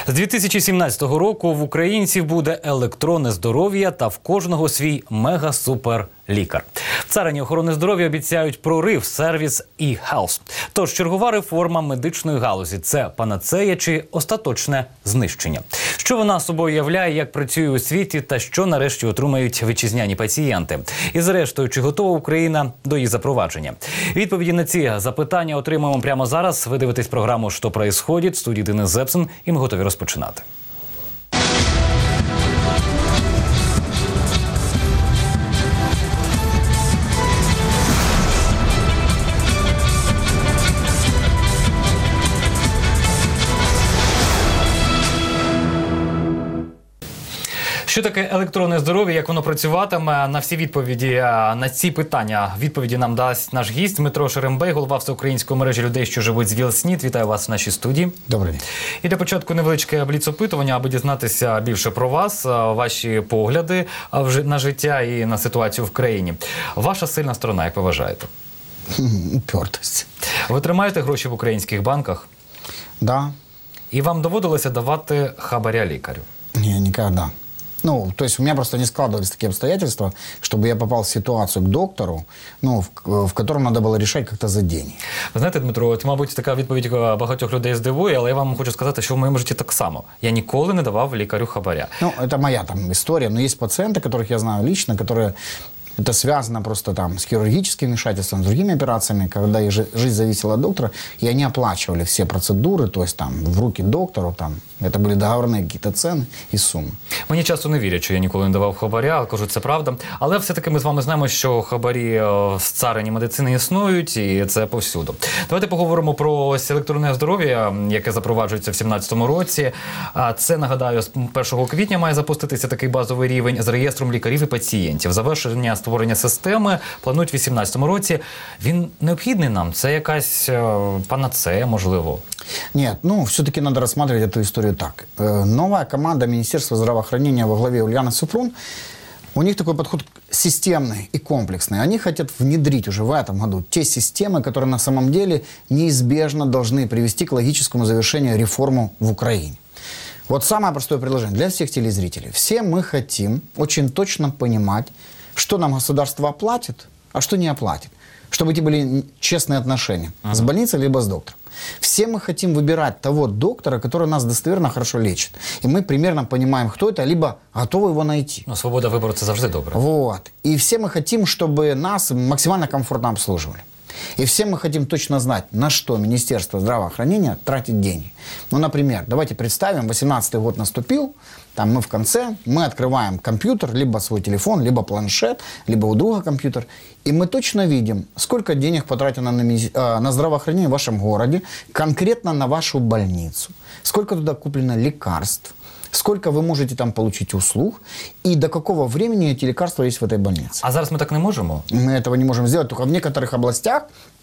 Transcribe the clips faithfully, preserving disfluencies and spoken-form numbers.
З дві тисячі сімнадцятого року в українців буде електронне здоров'я та в кожного свій мега-супер-лікар. В царині охорони здоров'я обіцяють прорив сервіс e-health. Тож чергова реформа медичної галузі – це панацея чи остаточне знищення? Що вона собою являє, як працює у світі та що нарешті отримають вітчизняні пацієнти? І зрештою, чи готова Україна до її запровадження? Відповіді на ці запитання отримаємо прямо зараз. Ви дивитесь програму «Що происходит?» в студії Денис Зепсин, і ми готові розпочинати. Що таке електронне здоров'я, як воно працюватиме? На всі відповіді на ці питання відповіді нам дасть наш гість Дмитро Шерембей, голова всеукраїнської мережі людей, що живуть з ВІЛ-СНІД. Вітаю вас в нашій студії. Добрий день. І для початку невеличке бліц-опитування, аби дізнатися більше про вас, ваші погляди на життя і на ситуацію в країні. Ваша сильна сторона, як ви вважаєте? Упертость. Ви тримаєте гроші в українських банках? Да. І вам доводилося давати хабаря лікарю? Не, никогда. Ну, то есть у меня просто не складывались такие обстоятельства, чтобы я попал в ситуацию к доктору, ну, в, в котором надо было решать как-то за деньги. Ви знаєте, Дмитро, от, мабуть, така відповідь багатьох людей здивує, але я вам хочу сказати, що в моєму житті так само. Я ніколи не давав лікарю хабаря. Ну, это моя там история, но есть пациенты, которых я знаю лично, которые... Это связано просто там с хирургическим вмешательством, с другими операциями, когда их жизнь зависела от доктора, и они оплачивали все процедуры, то есть там в руки доктору, там, это были договорные какие-то цены и суммы. Мені часто не вірять, що я ніколи не давав хабаря, кажу, це правда. Але все-таки ми з вами знаємо, що хабарі з царині медицини існують, і це повсюду. Давайте поговоримо про електронне здоров'я, яке запроваджується в сімнадцятому році. Це, нагадаю, з першого квітня має запуститися такий базовий рівень з реєстром лікарів і пацієнтів. Завершення створення системи планують в вісімнадцятому році. Він необхідний нам? Це якась панацея, можливо? Нет, ну, все-таки надо рассматривать эту историю так. Новая команда Министерства здравоохранения во главе Ульяны Супрун, у них такой подход системный и комплексный. Они хотят внедрить уже в этом году те системы, которые на самом деле неизбежно должны привести к логическому завершению реформы в Украине. Вот самое простое предложение для всех телезрителей. Все мы хотим очень точно понимать, что нам государство оплатит, а что не оплатит. Чтобы эти были честные отношения ага. с больницей либо с доктором. Все мы хотим выбирать того доктора, который нас достоверно хорошо лечит. И мы примерно понимаем, кто это, либо готовы его найти. Но свобода выбора – это завжди добре. Вот. И все мы хотим, чтобы нас максимально комфортно обслуживали. И все мы хотим точно знать, на что Министерство здравоохранения тратит деньги. Ну, например, давайте представим, восемнадцатый год наступил, там мы в конце, мы открываем компьютер, либо свой телефон, либо планшет, либо у друга компьютер, и мы точно видим, сколько денег потрачено на, на здравоохранение в вашем городе, конкретно на вашу больницу, сколько туда куплено лекарств, сколько вы можете там получить услуг и до какого времени эти лекарства есть в этой больнице. А зараз мы так не можем? Мы этого не можем сделать, только в некоторых областях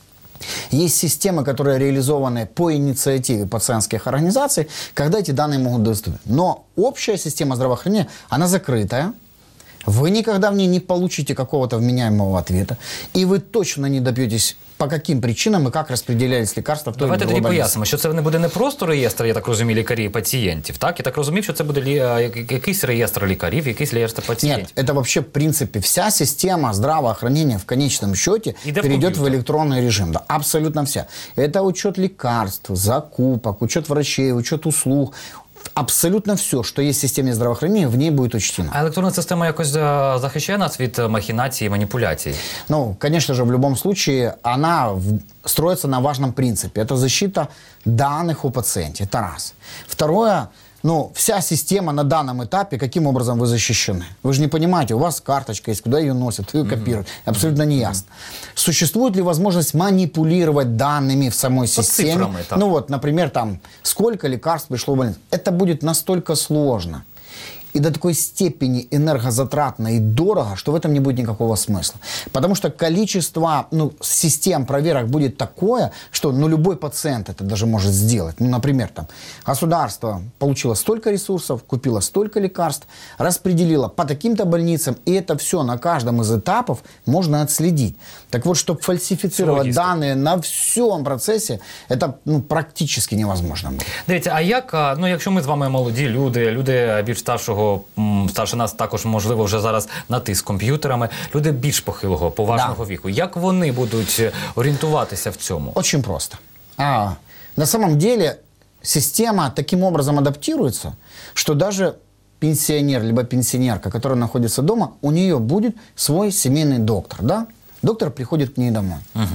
есть системы, которые реализованы по инициативе пациентских организаций, когда эти данные могут доступить. Но общая система здравоохранения, она закрытая. Вы никогда в ней не получите какого-то вменяемого ответа. И вы точно не добьетесь, по каким причинам и как распределялись лекарства в той Давайте или тоді другой пояснимо, що це не буде не просто реєстр, я так розумію, лікарів і пацієнтів, так? Я так розумію, що це буде якийсь реєстр лікарів, якийсь реєстр пацієнтів. Нет, это вообще, в принципе, вся система здравоохранения в конечном счете перейдет в электронный режим. Да, абсолютно вся. Это учет лекарств, закупок, учет врачей, учет услуг. Абсолютно все, что есть в системе здравоохранения, в ней будет учтено. А електронна система якось захищає нас від махінацій і маніпуляцій? Ну, конечно же, в любом случае, она строится на важном принципе. Это защита данных у пациента. Это раз. Второе, ну, вся система на данном этапе, каким образом вы защищены. Вы же не понимаете, у вас карточка есть, куда ее носят, ее копируют. Mm-hmm. Абсолютно не ясно. Mm-hmm. Существует ли возможность манипулировать данными в самой системе? Цифрами, ну вот, например, там, сколько лекарств пришло в больницу. Это будет настолько сложно и до такой степени энергозатратно и дорого, что в этом не будет никакого смысла. Потому что количество ну, систем проверок будет такое, что ну, любой пациент это даже может сделать. Ну, например, там, государство получило столько ресурсов, купило столько лекарств, распределило по таким-то больницам, и это все на каждом из этапов можно отследить. Так вот, чтобы фальсифицировать данные на всем процессе, это ну, практически невозможно. Дивіться, а як, ну якщо ми з вами молоді люди, люди більш старшого, старше нас також, можливо, вже зараз на ти з комп'ютерами, люди більш похилого, поважного да. віку, як вони будуть орієнтуватися в цьому? Очень просто. А, на самом деле система таким образом адаптируется, что даже пенсионер, либо пенсионерка, которая находится дома, у нее будет свой семейный доктор, да? Доктор приходит к ней домой. Угу.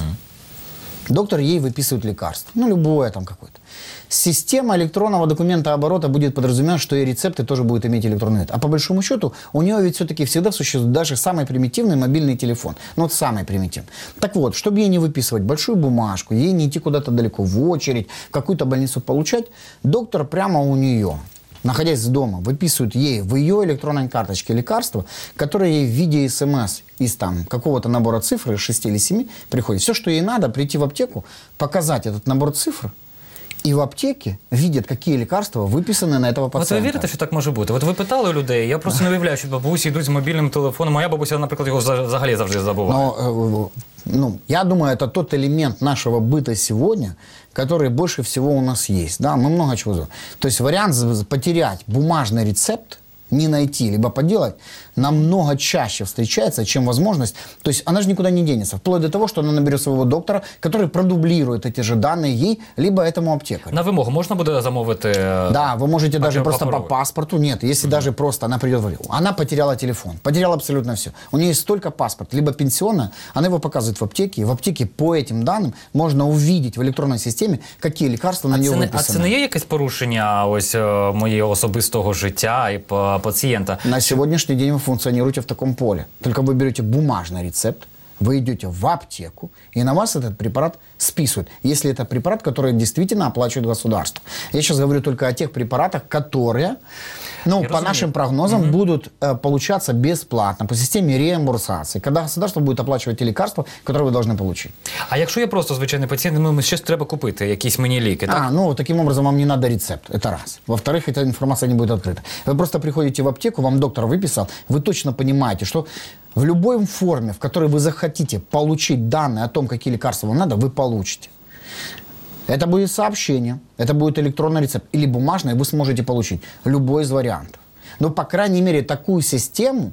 Доктор ей выписывает лекарство, ну, любое там какое-то. Система электронного документа оборота будет подразумевать, что и рецепты тоже будут иметь электронный вид. А по большому счету, у нее ведь все-таки всегда существует даже самый примитивный мобильный телефон. Ну, вот самый примитивный. Так вот, чтобы ей не выписывать большую бумажку, ей не идти куда-то далеко в очередь, в какую-то больницу получать, доктор прямо у нее, находясь дома, выписывает ей в ее электронной карточке лекарства, которые ей в виде смс из там какого-то набора цифр, из шести или семи, приходит. Все, что ей надо, прийти в аптеку, показать этот набор цифр, і в аптеці видять, які лікарства виписані на цього пацієнта. От ви вірите, що так може бути? От ви питали у людей, я просто не уявляю, що бабусі йдуть з мобільним телефоном. Моя бабуся, наприклад, його взагалі завжди забуває. Но, ну, я думаю, это тот элемент нашего быта сегодня, который больше всего у нас есть. Да, мы много чего знаем. То есть вариант потерять бумажный рецепт, не найти, либо поделать, намного чаще встречается, чем возможность. То есть она же никуда не денется. Вплоть до того, что она наберет своего доктора, который продублирует эти же данные ей, либо этому аптекарю. На вимогу можна буде замовити? Да, вы можете даже просто паперовый. по паспорту. Нет, если mm-hmm. даже просто она придет, говорит, она потеряла телефон, потеряла абсолютно все. У нее есть только паспорт, либо пенсионная, она его показывает в аптеке, и в аптеке по этим данным можно увидеть в электронной системе, какие лекарства на а нее це, выписаны. А це не є якесь порушення ось моєї особистого життя і пацієнта? На сегодняшний день вы функционируете в таком поле. Только вы берете бумажный рецепт, вы идете в аптеку, и на вас этот препарат списывают, если это препарат, который действительно оплачивает государство. Я сейчас говорю только о тех препаратах, которые, ну, Я по разумею. нашим прогнозам, угу. будут э, получаться бесплатно по системе реимбурсации, когда государство будет оплачивать те лекарства, которые вы должны получить. А якщо я просто звичайний пацієнт, ну, щось треба купити, якісь мені ліки, так? А, ну, таким образом вам не надо рецепт, это раз. Во-вторых, эта информация не будет открыта. Вы просто приходите в аптеку, вам доктор выписал, вы точно понимаете, что в любой форме, в которой вы захотите получить данные о том, какие лекарства вам надо, вы получите. Это будет сообщение, это будет электронный рецепт или бумажный, вы сможете получить любой из вариантов. Но, по крайней мере, такую систему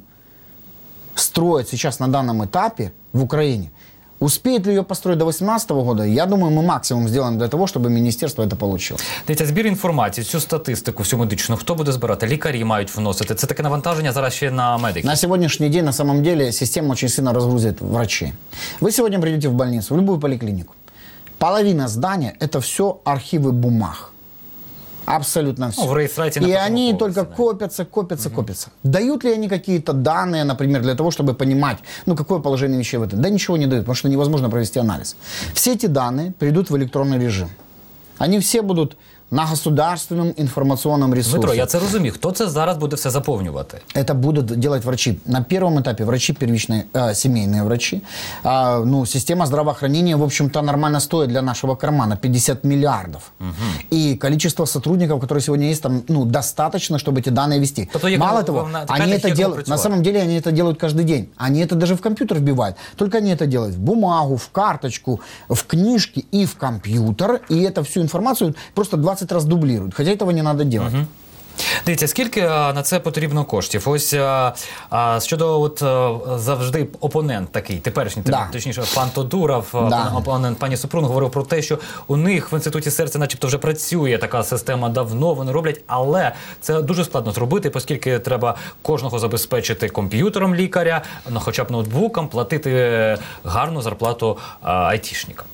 строят сейчас на данном этапе в Украине. Успеет ли ее построить до две тысячи восемнадцатого года? Я думаю, мы максимум сделаем для того, чтобы министерство это получило. Дивіться, збір інформації, цю статистику, всю медичну, хто буде збирати? Лікарі мають вносити. Це таке навантаження зараз ще на медиків. На сегодняшний день, на самом деле, система очень сильно разгрузит врачей. Вы сегодня придете в больницу, в любую поликлинику. Половина здания – это все архивы бумаг. Абсолютно все. Ну, в рейстрате на и они поверху, только да. копятся, копятся, угу. копятся. Дают ли они какие-то данные, например, для того, чтобы понимать, ну, какое положение вещей в этом? Да ничего не дают, потому что невозможно провести анализ. Все эти данные придут в электронный режим. Они все будут на государственном информационном ресурсе. Дмитро, я це розумію. Хто це зараз буде все заповнювати? Это будут делать врачи. На первом этапе врачи первичные, э, семейные врачи. А, ну, система здравоохранения, в общем-то, нормально стоит для нашего кармана. пятьдесят миллиардов. Угу. И количество сотрудников, которые сегодня есть, там, ну, достаточно, чтобы эти данные вести. Тобто, Мало того, они это делают, на самом деле они это делают каждый день. Они это даже в компьютер вбивают. Только они это делают в бумагу, в карточку, в книжки и в компьютер. И эту всю информацию просто двадцать раз дублируют. Хотя этого не надо делать. Угу. Дивіться, скільки а, на це потрібно коштів? Ось а, а, щодо от, а, завжди опонент такий, теперішній, да. точніше, пан Тодуров, да. опонент пані Супрун, говорив про те, що у них в Інституті серця начебто вже працює така система давно, вони роблять, але це дуже складно зробити, оскільки треба кожного забезпечити комп'ютером лікаря, ну, хоча б ноутбуком, платити гарну зарплату а, айтішникам.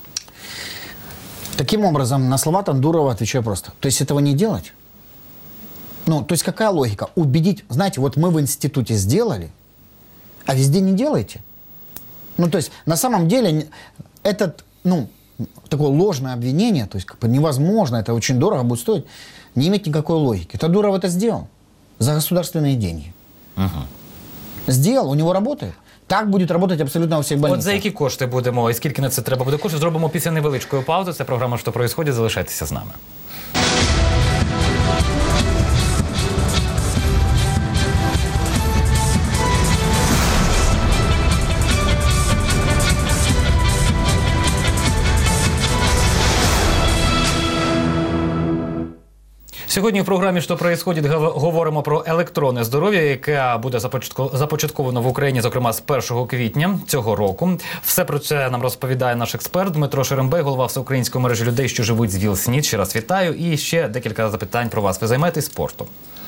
Таким образом, на слова Тодурова отвечаю просто. То есть этого не делать? Ну, то есть какая логика? Убедить, знаете, вот мы в институте сделали, а везде не делаете. Ну, то есть на самом деле этот, ну, такое ложное обвинение, то есть как бы невозможно, это очень дорого будет стоить, не имеет никакой логики. Тодуров это сделал. за государственные деньги. Угу. Сделал, у него работает. Так буде працювати абсолютно у всіх больницях. От за які кошти будемо, і скільки на це треба буде коштів, зробимо після невеличкої паузи. Це програма «Що происходит?». Залишайтеся з нами. Сьогодні в програмі «Що происходит?» говоримо про електронне здоров'я, яке буде започатковано в Україні, зокрема, з першого квітня цього року. Все про це нам розповідає наш експерт Дмитро Шерембей, голова всеукраїнської мережі людей, що живуть з ВІЛ-СНІД. Ще раз вітаю. І ще декілька запитань про вас. Ви займаєтесь спортом?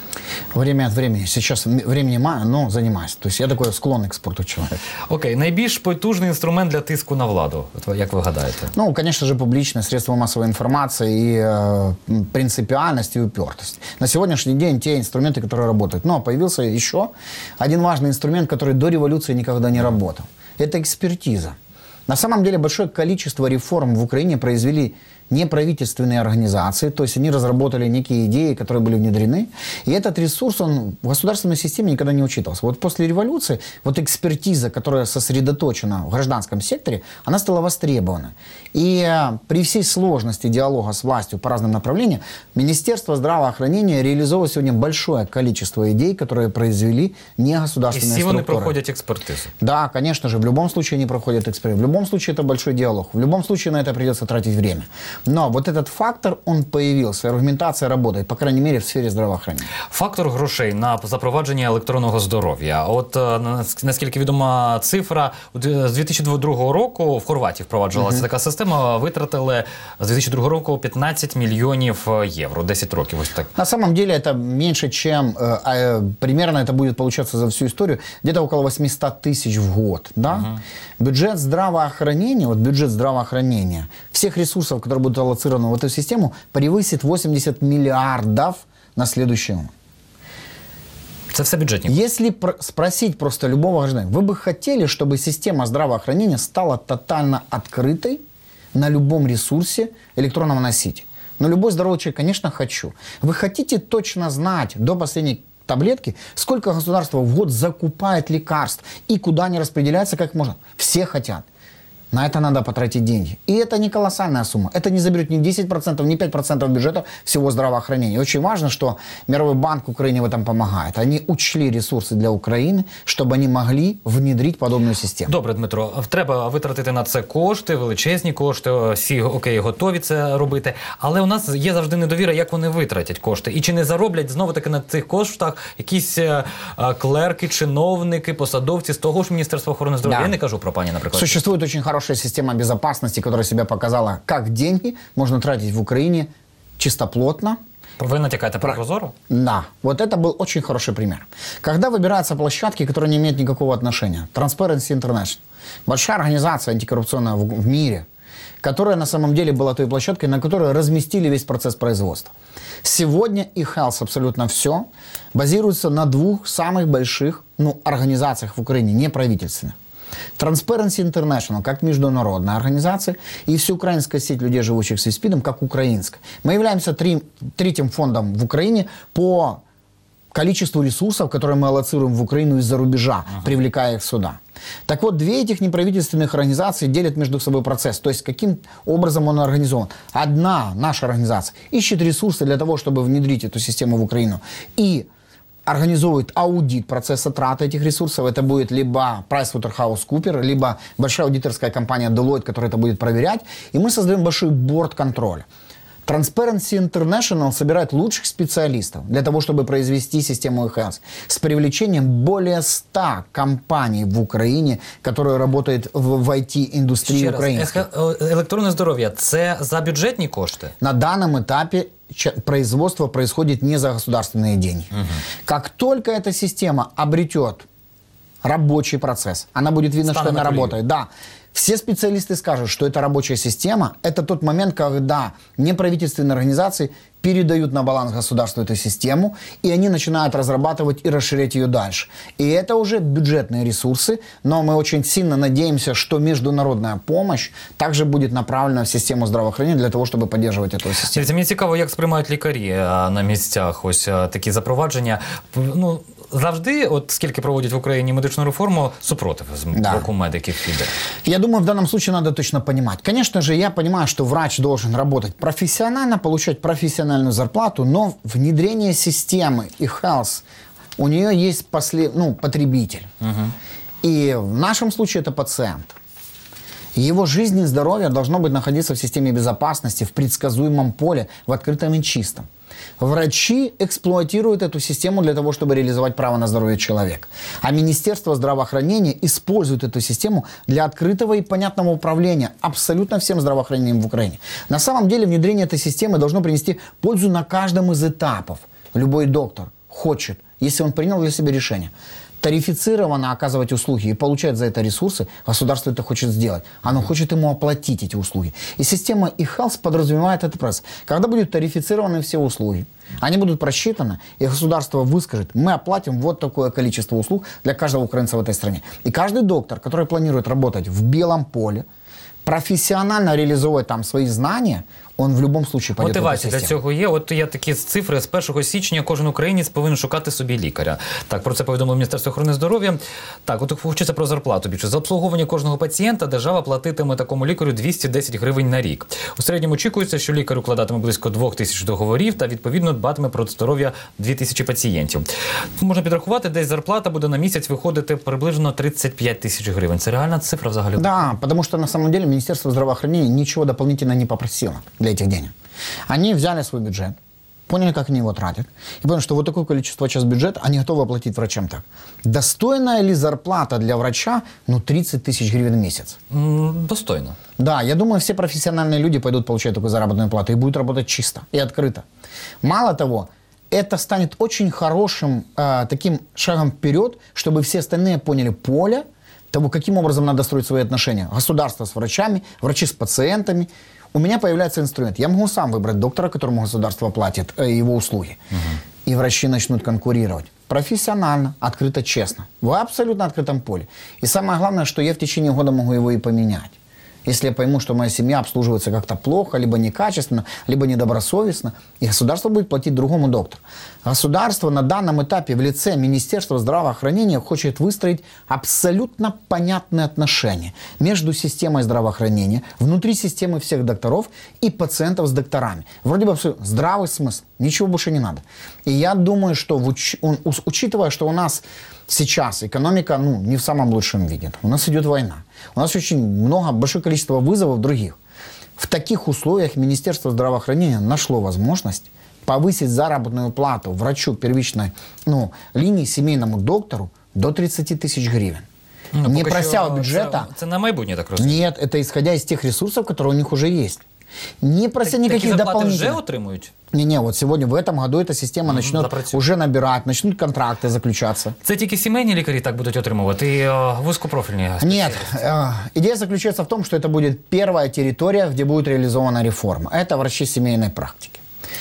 Время от времени. Сейчас времени мало, но занимаюсь. То есть я такой склонный к спорту человек. Окей. Найбільш потужний інструмент для тиску на владу, як ви гадаєте? Ну, конечно же, публичное средство массовой информации и э, принципиальность и упертость. На сегодняшний день те инструменты, которые работают. Но появился еще один важный инструмент, который до революции никогда не работал. Это экспертиза. На самом деле большое количество реформ в Украине произвели неправительственные организации, то есть они разработали некие идеи, которые были внедрены, и этот ресурс, он в государственной системе никогда не учитывался. Вот после революции, вот экспертиза, которая сосредоточена в гражданском секторе, она стала востребована. И при всей сложности диалога с властью по разным направлениям, Министерство здравоохранения реализовывает сегодня большое количество идей, которые произвели негосударственные структуры. И все они проходят экспертизу? Да, конечно же, в любом случае они проходят экспертизу. В любом случае это большой диалог. В любом случае на это придется тратить время. Но вот этот фактор, он появился, аргументация работает, по крайней мере, в сфері здравоохранення. Фактор грошей на запровадження електронного здоров'я. От наскільки відома цифра, з дві тисячі другого року в Хорватії впроваджувалася uh-huh. така система, витратили з дві тисячі другого року п'ятнадцять мільйонів євро, десять років. Ось так. На самом деле это меньше, чем, э, примерно это будет получаться за всю историю, где-то около восемьсот тысяч в год. Да? Uh-huh. Бюджет здравоохранения, вот бюджет здравоохранения, всех ресурсов, которые будут аллоцированы в эту систему, превысит восемьдесят миллиардов на следующий год. Это все бюджетник. Если про- спросить просто любого гражданина, вы бы хотели, чтобы система здравоохранения стала тотально открытой на любом ресурсе электронного носителя? Но любой здоровый человек, конечно, хочу. Вы хотите точно знать до последней таблетки, сколько государство в год закупает лекарств и куда они распределяются, как можно? Все хотят. На это надо потратить деньги. И это не колоссальная сумма. Это не заберет ни десять процентов, ни пять процентов бюджета всего здравоохранения. И очень важно, что Мировой банк Украине в этом помогает. Они учли ресурсы для України, щоб они могли внедрить подобну систему. Добре, Дмитро. Треба витратити на це кошти, величезні кошти. Всі, окей, готові це робити. Але у нас є завжди недовіра, як вони витратять кошти. І чи не зароблять знову-таки на цих коштах якісь а, клерки, чиновники, посадовці з того ж Міністерства охорони здоров'я? Да. Я не кажу про пані, наприклад. Существует очень хорошая система безопасности, которая себя показала, как деньги можно тратить в Украине чистоплотно. Вы натякаете про Прозоро? Да. Вот это был очень хороший пример. Когда выбираются площадки, которые не имеют никакого отношения. Transparency International. Большая организация антикоррупционная в, в мире, которая на самом деле была той площадкой, на которой разместили весь процесс производства. Сегодня eHealth абсолютно все базируется на двух самых больших ну, организациях в Украине, неправительственных. Transparency International, как международная организация, и всеукраинская сеть людей, живущих с ВИЛ-СПИДом, как украинская. Мы являемся три, третьим фондом в Украине по количеству ресурсов, которые мы аллоцируем в Украину из-за рубежа, ага. привлекая их сюда. Так вот, две этих неправительственных организации делят между собой процесс. То есть, каким образом он организован. Одна, наша организация, ищет ресурсы для того, чтобы внедрить эту систему в Украину. И организовывает аудит процесса траты этих ресурсов. Это будет либо PricewaterhouseCoopers, либо большая аудиторская компания Deloitte, которая это будет проверять. И мы создаем большой борд контроля. Transparency International собирает лучших специалистов для того, чтобы произвести систему eHealth с привлечением более ста компаний в Украине, которые работают в, в ай ти-индустрии украинской. Електронне здоров'я – це за бюджетні кошти? На данном этапе производство происходит не за государственные деньги. Угу. Как только эта система обретет рабочий процесс, она будет видно, Стану что она работает. Да. Все специалисты скажут, что это рабочая система. Это тот момент, когда неправительственные организации передают на баланс государству эту систему, и они начинают разрабатывать и расширять ее дальше. И это уже бюджетные ресурсы, но мы очень сильно надеемся, что международная помощь также будет направлена в систему здравоохранения для того, чтобы поддерживать эту систему. Дивіться, мені цікаво, як сприймають лікарі а, на місцях ось а, такі запровадження. Ну, завжди, от скільки проводять в Україні медичну реформу, супротив з Да. боку медиків іде. Я думаю, в данном случае надо точно понимать. Конечно же, я понимаю, что врач должен работать профессионально, получать профессиональную зарплату, но внедрение системы и health, у нее есть после, ну, потребитель. Угу. И в нашем случае это пациент. Его жизнь и здоровье должно быть находиться в системе безопасности, в предсказуемом поле, в открытом и чистом. Врачи эксплуатируют эту систему для того, чтобы реализовать право на здоровье человека. А Министерство здравоохранения использует эту систему для открытого и понятного управления абсолютно всем здравоохранением в Украине. На самом деле внедрение этой системы должно принести пользу на каждом из этапов. Любой доктор хочет, если он принял для себя решение, тарифицированно оказывать услуги и получать за это ресурсы, государство это хочет сделать. Оно хочет ему оплатить эти услуги. И система e-health подразумевает этот процесс. Когда будут тарифицированы все услуги, они будут просчитаны, и государство выскажет, мы оплатим вот такое количество услуг для каждого украинца в этой стране. И каждый доктор, который планирует работать в белом поле, профессионально реализовывать там свои знания, он в будь-якому случае пойде в эту Мотивація для систему. цього є. От є такі цифри. З першого січня кожен українець повинен шукати собі лікаря. Так, про це повідомило Міністерство охорони здоров'я. Так, от хочеться про зарплату більше. За обслуговування кожного пацієнта держава платитиме такому лікарю двісті десять гривень на рік. У середньому очікується, що лікар укладатиме близько двох тисяч договорів та, відповідно, дбатиме про здоров'я дві тисячі пацієнтів. Можна підрахувати, десь зарплата буде на місяць виходити приблизно тридцять п'ять тисяч гривень. Це реальна цифра взагалі? Да, потому что на самом деле Министерство здравоохранения ничего дополнительно не попросило для этих денег. Они взяли свой бюджет, поняли, как они его тратят, и поняли, что вот такое количество час бюджета они готовы оплатить врачам так. Достойная ли зарплата для врача? Ну, тридцать тысяч гривен в месяц. М, Достойно. Да, я думаю, все профессиональные люди пойдут получать такую заработную плату и будут работать чисто и открыто. Мало того, это станет очень хорошим э, таким шагом вперед, чтобы все остальные поняли поле того, каким образом надо строить свои отношения. Государство с врачами, врачи с пациентами. У меня появляется инструмент. Я могу сам выбрать доктора, которому государство платит э, его услуги. Угу. И врачи начнут конкурировать. Профессионально, открыто, честно. В абсолютно открытом поле. И самое главное, что я в течение года могу его и поменять. Если я пойму, что моя семья обслуживается как-то плохо, либо некачественно, либо недобросовестно, и государство будет платить другому доктору. Государство на данном этапе в лице Министерства здравоохранения хочет выстроить абсолютно понятные отношения между системой здравоохранения, внутри системы всех докторов и пациентов с докторами. Вроде бы абсолютно здравый смысл, ничего больше не надо. И я думаю, что уч- он, учитывая, что у нас сейчас экономика, ну, не в самом лучшем виде. У нас идет война. У нас очень много, большое количество вызовов других. В таких условиях Министерство здравоохранения нашло возможность повысить заработную плату врачу первичной, ну, линии, семейному доктору до тридцать тысяч гривен. Ну, не поки прося що у бюджета. Це, це на майбутнє, так розумію. Нет, это исходя из тех ресурсов, которые у них уже есть. Не прося Так, никаких такі зарплати дополнительных. вже отримують? Не-не, вот сегодня, в этом году эта система Мгм, начнет запрацює. уже набирать, начнут контракты заключаться. Це тільки сімейні лікарі так будуть отримувати і е, вузькопрофільні Нет, спеціалісти? э, идея заключается в том, что это будет первая территория, где будет реализована реформа. Это врачи семейной практики.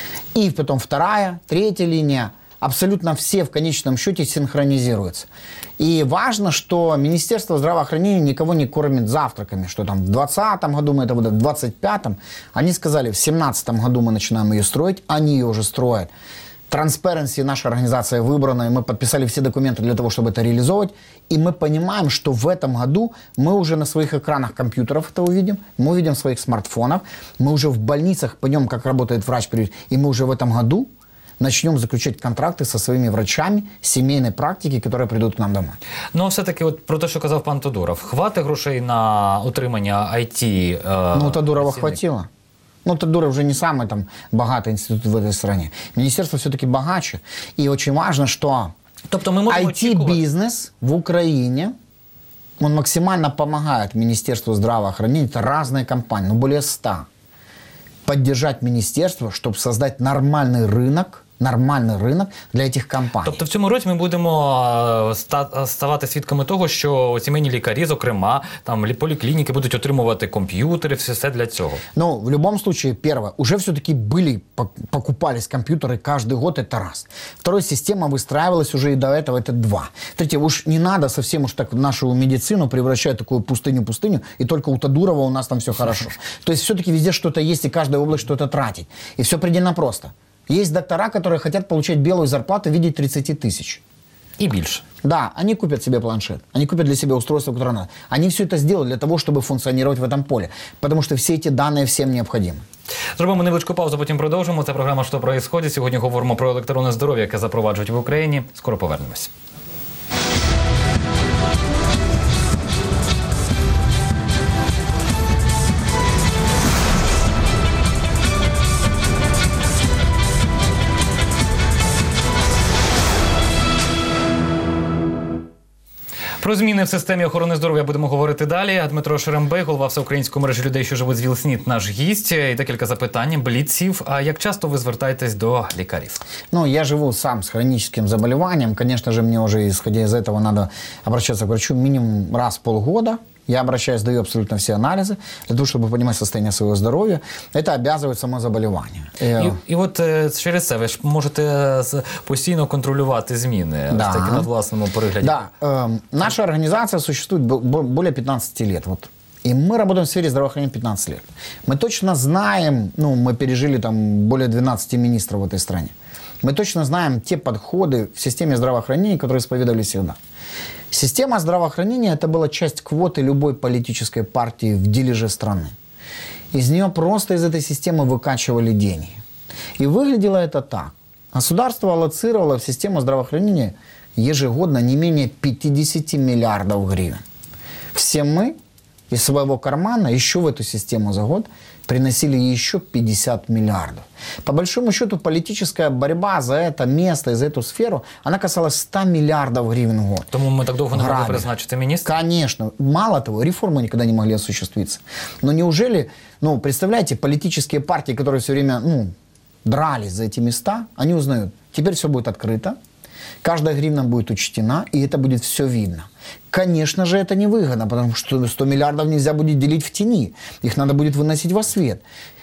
И потом вторая, третья линия. Абсолютно все в конечном счете синхронизируются. И важно, что Министерство здравоохранения никого не кормит завтраками, что там в двадцатом году мы это будем, в двадцать пятом. Они сказали, в семнадцатом году мы начинаем ее строить, они ее уже строят. Transparency, наша организация выбрана, и мы подписали все документы для того, чтобы это реализовывать. И мы понимаем, что в этом году мы уже на своих экранах компьютеров это увидим, мы увидим в своих смартфонах, мы уже в больницах поймем, как работает врач, и мы уже в этом году начнем заключать контракты со своими врачами семейной практики, которые придут к нам домой. Ну, все-таки от про те, що казав пан Тодуров. Хватить грошей на утримання ай ті? Е, Ну, Тодурова працівників? хватило. Ну, Тодуров уже не самый там богатый институт в этой стране. Министерство все-таки богаче. И очень важно, что Тобто ми можемо очікувати... ай ти-бизнес в Украине, он максимально помогает Министерству здравоохранения, это разные компании, ну, более ста, поддержать министерство, чтобы создать нормальный рынок нормальный рынок для этих компаний. Тобто в цьому році ми будемо ста- ставати свідками того, що сімейні лікарі, зокрема, там лі- поліклініки будуть отримувати комп'ютери, все, все для цього. Ну, в любом случае, первое, уже все-таки были, пок- покупались компьютеры каждый год, это раз. Второе, система выстраивалась уже и до этого, это два. Третье, уж не надо совсем уж так нашу медицину превращать в такую пустыню-пустыню, и только у Тадурова у нас там все хорошо. То есть все-таки везде что-то есть, и каждая область что-то тратить. И все предельно просто. Есть доктора, которые хотят получать белую зарплату в виде тридцать тысяч. І більше. Да, они купят себе планшет, они купят для себя устройство, которое надо. Они все это сделают для того, чтобы функционировать в этом поле. Потому что все эти данные всем необходимы. Зробимо невеличку паузу, потім продовжимо. Це програма «Що происходить?». Сьогодні говоримо про електронне здоров'я, яке запроваджують в Україні. Скоро повернемось. Про зміни в системі охорони здоров'я будемо говорити далі. Дмитро Шерембей, голова всеукраїнської мережі людей, що живуть з ВІЛ-СНІД, наш гість. І декілька запитань, бліців. А як часто ви звертаєтесь до лікарів? Ну, я живу сам с хроническим заболеванием. Конечно же, мне уже, исходя из этого, надо обращаться к врачу минимум раз в полгода. Я обращаюсь, сдаю абсолютно все анализы, для того, чтобы понимать состояние своего здоровья. Это обязывает само заболевание. І, і от е, через це ви ж можете е, з- постійно контролювати зміни Да. ось таки на власному перегляді. Да, э, наша организация существует бо- бо- более пятнадцати лет. Вот. И мы работаем в сфере здравоохранения пятнадцать лет. Мы точно знаем, ну, мы пережили там более двенадцати министров в этой стране. Мы точно знаем те подходы в системе здравоохранения, которые исповедовали всегда. Система здравоохранения – это была часть квоты любой политической партии в дележе страны. Из нее просто из этой системы выкачивали деньги. И выглядело это так. Государство аллоцировало в систему здравоохранения ежегодно не менее пятьдесят миллиардов гривен. Все мы из своего кармана еще в эту систему за год приносили еще пятьдесят миллиардов. По большому счету, политическая борьба за это место, за эту сферу, она касалась ста миллиардов гривен в год. Тому ми так довго не могли Грабили. призначити міністра? Конечно. Мало того, реформы никогда не могли осуществиться. Но неужели, ну, представляете, политические партии, которые все время, ну, дрались за эти места, они узнают, теперь все будет открыто, каждая гривна будет учтена, и это будет все видно. Конечно же, это невыгодно, потому что сто миллиардов нельзя будет делить в тени. Их надо будет выносить во свет.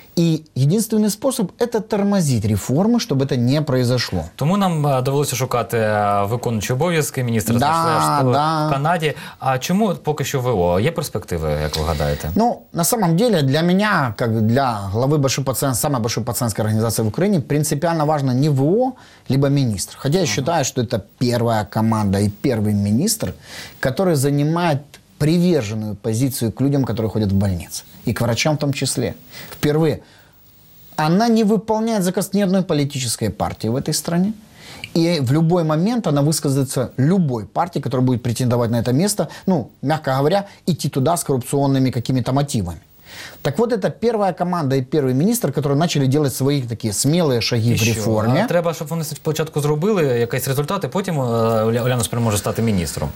И единственный способ – это тормозить реформы, чтобы это не произошло. Тому нам е, довелося шукати е, виконуючі обов'язки міністра Да, знайшли аж да. в Канаді. А чому поки що ВО? Є перспективи, як ви гадаєте? Ну, на самом деле, для меня, как для главы большой пациент, самой большой пациентской организации в Украине, принципиально важно не ВО, либо министр. Хотя я считаю, что это первая команда и первый министр, который занимает приверженную позицию к людям, которые ходят в больницы. И к врачам в том числе. Впервые. Она не выполняет заказ ни одной политической партии в этой стране. И в любой момент она высказывается любой партии, которая будет претендовать на это место, ну, мягко говоря, идти туда с коррупционными какими-то мотивами. Так вот, это первая команда и первый министр, которые начали делать свои такие смелые шаги І в що? реформе. А треба, щоб вони спочатку зробили якийсь результат, і потім е, Оля- Уляна Супрун може стати міністром.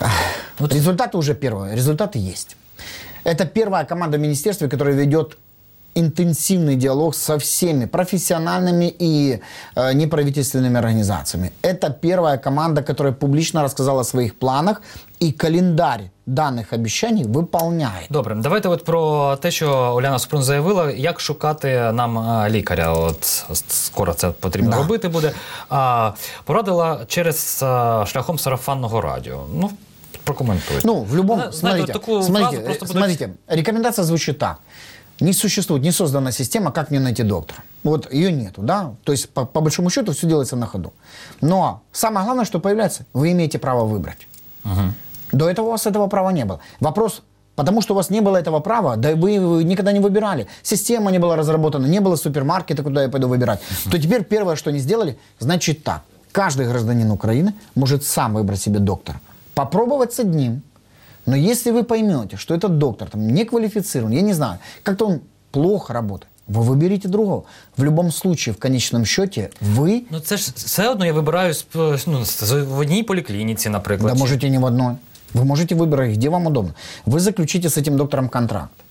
Результаты уже первые. Результаты есть. Это первая команда министерства, которая ведет интенсивный диалог со всеми профессиональными и э, неправительственными организациями. Это первая команда, которая публично рассказала о своих планах и календарь данных обещаний выполняет. Добре, давайте от про те, що Уляна Супрун заявила, як шукати нам е, лікаря. От с- скоро це потрібно Да. робити буде. А, порадила через е, шляхом сарафанного радіо. Ну, прокоментуйте. Ну, в любом... Знаете, Смотрите, вот такую смотрите, фразу просто э, буду- смотрите, рекомендация звучит так. Не существует, не создана система, как мне найти доктора. Вот ее нету, да? То есть, по, по большому счету, все делается на ходу. Но самое главное, что появляется, вы имеете право выбрать. Угу. До этого у вас этого права не было. Вопрос, потому что у вас не было этого права, да вы, вы никогда не выбирали. Система не была разработана, не было супермаркета, куда я пойду выбирать. То теперь первое, что они сделали, значит так. Каждый гражданин Украины может сам выбрать себе доктора. Попробовать с одним. Но если вы поймете, что этот доктор там, не квалифицирован, я не знаю, как-то он плохо работает, вы выберите другого. В любом случае, в конечном счете, вы... Ну це ж все одно я вибираю сп- ну, з- в одній поліклініці, наприклад. Да чи- можете не в одной. Вы можете выбрать, где вам удобно. Вы заключите с этим доктором контракт.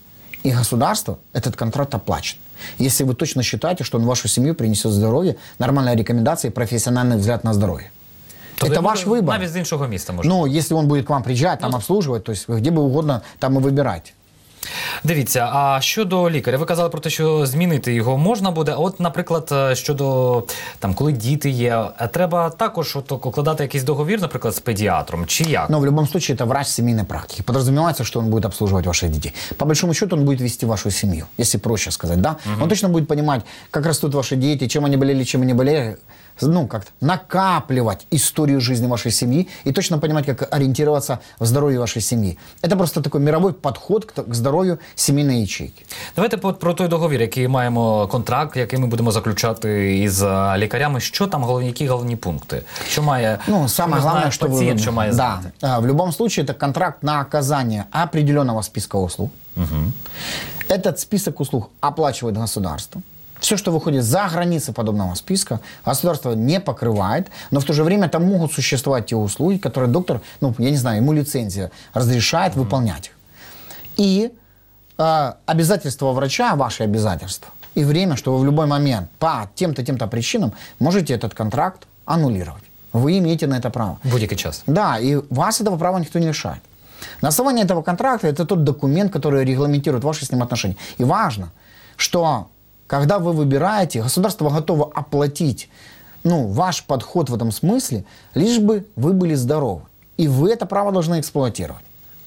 И государство этот контракт оплачен. Если вы точно считаете, что он в вашу семью принесет здоровье, нормальные рекомендации, профессиональный взгляд на здоровье. Тобто Это ваш выбор. Навіть з іншого міста може. Ну, если он будет к вам приезжать, там Ну, обслуживать, то есть вы где бы угодно, там и выбирайте. Дивіться, а щодо лікаря, ви казали про те, що змінити його можна буде. А от, наприклад, щодо там, коли діти є, треба також от, укладати якийсь договір, наприклад, з педіатром, чи як? Но в любом случае это врач семейной практики. Подразумевается, что он будет обслуживать ваших детей. По большому счету он будет вести вашу семью, если проще сказать, да? Угу. Он точно будет понимать, как растут ваши дети, чем они болели, чем они болели. Ну, как-то накапливать историю жизни вашей семьи и точно понимать, как ориентироваться в здоровье вашей семьи. Это просто такой мировой подход к, к здоровью семейной ячейки. Давайте про, про той договір, який маємо, контракт, який ми будемо заключати із а, лікарями. Що там, головні, які головні пункти? Що має, ну, самое що главное, что пацієнт, вы... що має да, знати? в любом случае это контракт на оказание определенного списка услуг. Угу. Этот список услуг оплачивает государство. Все, что выходит за границы подобного списка, государство не покрывает, но в то же время там могут существовать те услуги, которые доктор, ну, я не знаю, ему лицензия разрешает mm-hmm. выполнять их. И э, обязательства врача, ваши обязательства, и время, что вы в любой момент по тем-то, тем-то причинам можете этот контракт аннулировать. Вы имеете на это право. В будь-який час. Да, и вас этого права никто не лишает. На основании этого контракта это тот документ, который регламентирует ваши с ним отношения. И важно, что когда вы выбираете, государство готово оплатить, ну, ваш подход в этом смысле, лишь бы вы были здоровы. И вы это право должны эксплуатировать.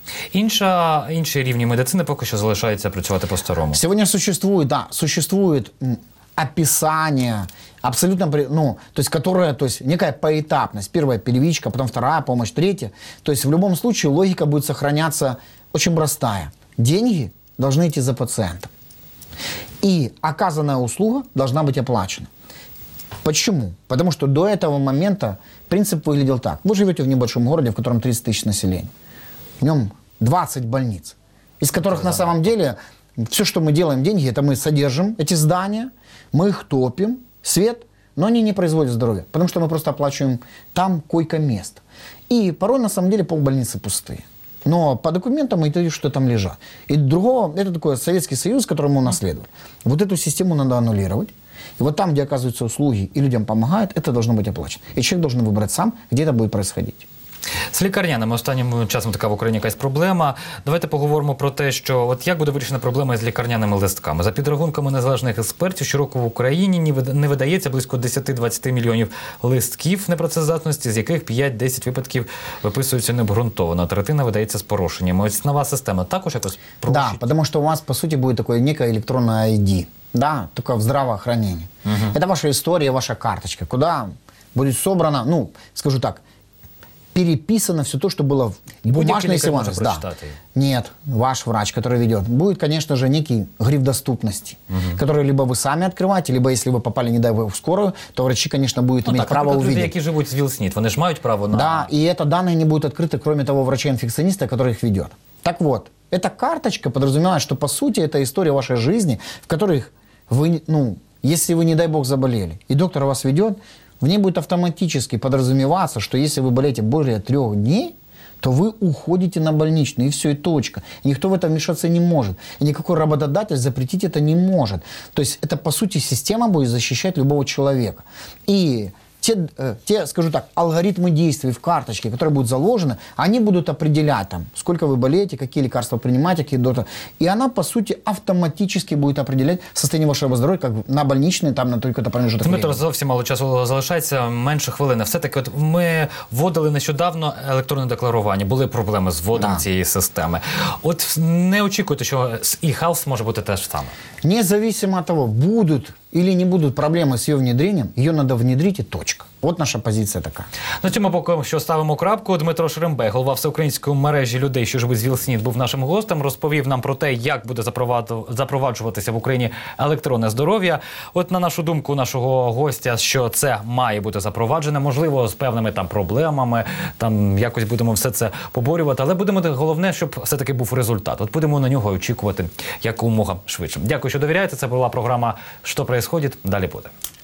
Інша, інші рівні медицини поки що залишається працювати по-старому. Сегодня существует, да, существует м, описание, абсолютно, ну, то есть, которое, то есть, некая поэтапность. Первая первичка, потом вторая помощь, третья. То есть, в любом случае, логика будет сохраняться очень простая. Деньги должны идти за пациентом. И оказанная услуга должна быть оплачена. Почему? Потому что до этого момента принцип выглядел так. Вы живете в небольшом городе, в котором тридцать тысяч населения. В нем двадцать больниц, из которых на самом деле все, что мы делаем, деньги, это мы содержим эти здания, мы их топим, свет, но они не производят здоровья, потому что мы просто оплачиваем там койко-место. И порой на самом деле полбольницы пустые. Но по документам мы видим, что там лежат. И другого, это такой Советский Союз, который мы унаследовали. Вот эту систему надо аннулировать. И вот там, где оказываются услуги и людям помогают, это должно быть оплачено. И человек должен выбрать сам, где это будет происходить. З лікарняними останнім часом така в Україні якась проблема. Давайте поговоримо про те, що от як буде вирішена проблема з лікарняними листками. За підрахунками незалежних експертів, щороку в Україні не видається близько десять-двадцять мільйонів листків непрацездатності, з яких п'ять-десять випадків виписуються необґрунтовано. Третина видається з порушеннями. Ось нова система також якось порушить? Да, потому что у вас, по сути, будет такое некое электронное ай ди. Да, только в здравоохранении. Угу. Это ваша история, ваша карточка, куда будет собрано, ну, скажу так, переписано все то, что было в бумажной символике. Да. Нет, ваш врач, который ведет, будет, конечно же, некий гриф доступности, угу. который либо вы сами открываете, либо если вы попали, не дай бог, в скорую, то врачи, конечно, будут ну, иметь так, право увидеть. Люди, які живуть з ВІЛ-СНІД, вони ж мають право на... Да, и это данные не будут открыты, кроме того врача-инфекциониста, который их ведет. Так вот, эта карточка подразумевает, что, по сути, это история вашей жизни, в которой вы, ну, если вы, не дай бог, заболели, и доктор вас ведет, в ней будет автоматически подразумеваться, что если вы болеете более трех дней, то вы уходите на больничный, и все, и точка. И никто в это вмешаться не может. И никакой работодатель запретить это не может. То есть это, по сути, система будет защищать любого человека. И те, э, те, скажу так, алгоритмы действий в карточке, которые будут заложены, они будут определять, там, сколько вы болеете, какие лекарства принимаете, какие доты. И она, по сути, автоматически будет определять состояние вашего здоровья, как на больничный, там, на только-то промежуток времени. Дмитро, зовсім мало часу залишається, менше хвилини. Все-таки от ми вводили нещодавно електронне декларування, були проблеми з вводом да. цієї системи. От не очікуйте, що з e-health може бути те ж саме. Независимо от того, будут или не будут проблемы с ее внедрением, ее надо внедрить и точка. Вот наша позиція така. На цьому поки що ставимо крапку. Дмитро Шерембей, голова всеукраїнської мережі людей, що живуть з ВІЛ-СНІД, був нашим гостем, розповів нам про те, як буде запроваджуватися в Україні електронне здоров'я. От на нашу думку нашого гостя, що це має бути запроваджене, можливо, з певними там проблемами, там якось будемо все це поборювати, але будемо, головне, щоб все-таки був результат. От будемо на нього очікувати якомога швидше. Дякую, що довіряєте. Це була програма «Що происходит?». Далі буде.